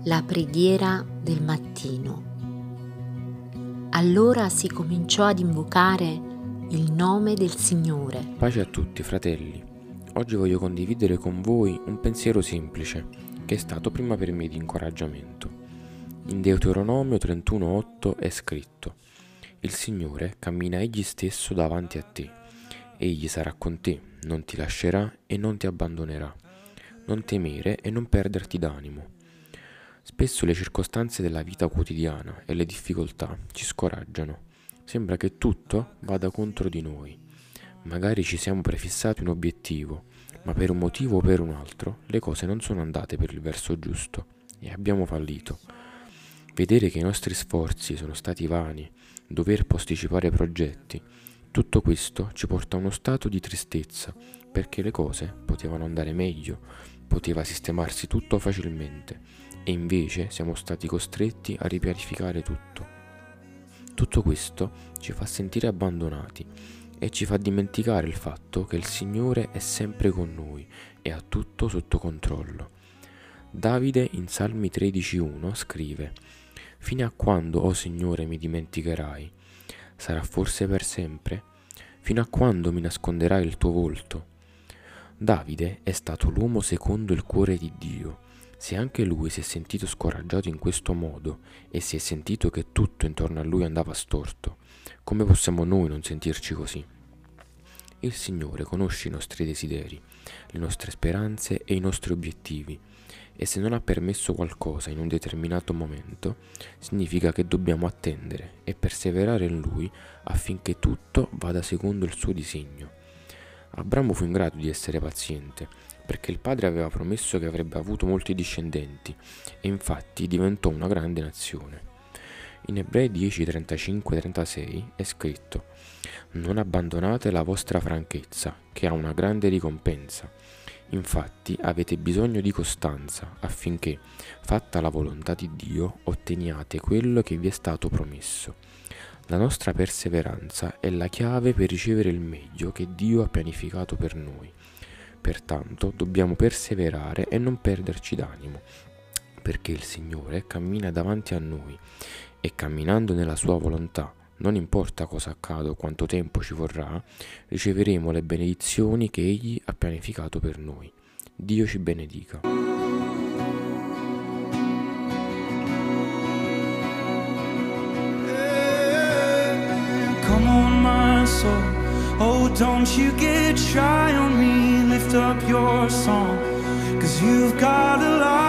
La preghiera del mattino. Allora si cominciò ad invocare il nome del Signore. Pace a tutti, fratelli. Oggi voglio condividere con voi un pensiero semplice, che è stato prima per me di incoraggiamento. In Deuteronomio 31,8 è scritto: Il Signore cammina egli stesso davanti a te. Egli sarà con te, non ti lascerà e non ti abbandonerà. Non temere e non perderti d'animo. Spesso le circostanze della vita quotidiana e le difficoltà ci scoraggiano. Sembra che tutto vada contro di noi. Magari ci siamo prefissati un obiettivo, ma per un motivo o per un altro le cose non sono andate per il verso giusto e abbiamo fallito. Vedere che i nostri sforzi sono stati vani, dover posticipare progetti, tutto questo ci porta a uno stato di tristezza, perché le cose potevano andare meglio, poteva sistemarsi tutto facilmente, e invece siamo stati costretti a ripianificare tutto. Tutto questo ci fa sentire abbandonati e ci fa dimenticare il fatto che il Signore è sempre con noi e ha tutto sotto controllo. Davide in Salmi 13,1 scrive: Fino a quando, o Signore, mi dimenticherai? Sarà forse per sempre? Fino a quando mi nasconderai il tuo volto? Davide è stato l'uomo secondo il cuore di Dio. Se anche lui si è sentito scoraggiato in questo modo e si è sentito che tutto intorno a lui andava storto, come possiamo noi non sentirci così? Il Signore conosce i nostri desideri, le nostre speranze e i nostri obiettivi, e se non ha permesso qualcosa in un determinato momento, significa che dobbiamo attendere e perseverare in Lui affinché tutto vada secondo il suo disegno. Abramo fu in grado di essere paziente, perché il padre aveva promesso che avrebbe avuto molti discendenti, e infatti diventò una grande nazione. In Ebrei 10:35-36 è scritto: Non abbandonate la vostra franchezza, che ha una grande ricompensa. Infatti avete bisogno di costanza, affinché, fatta la volontà di Dio, otteniate quello che vi è stato promesso. La nostra perseveranza è la chiave per ricevere il meglio che Dio ha pianificato per noi. Pertanto dobbiamo perseverare e non perderci d'animo, perché il Signore cammina davanti a noi e camminando nella sua volontà, non importa cosa accada o quanto tempo ci vorrà, riceveremo le benedizioni che Egli ha pianificato per noi. Dio ci benedica. Come on, my soul, oh, don't you get shy on me, lift up your song, 'cause you've got a lot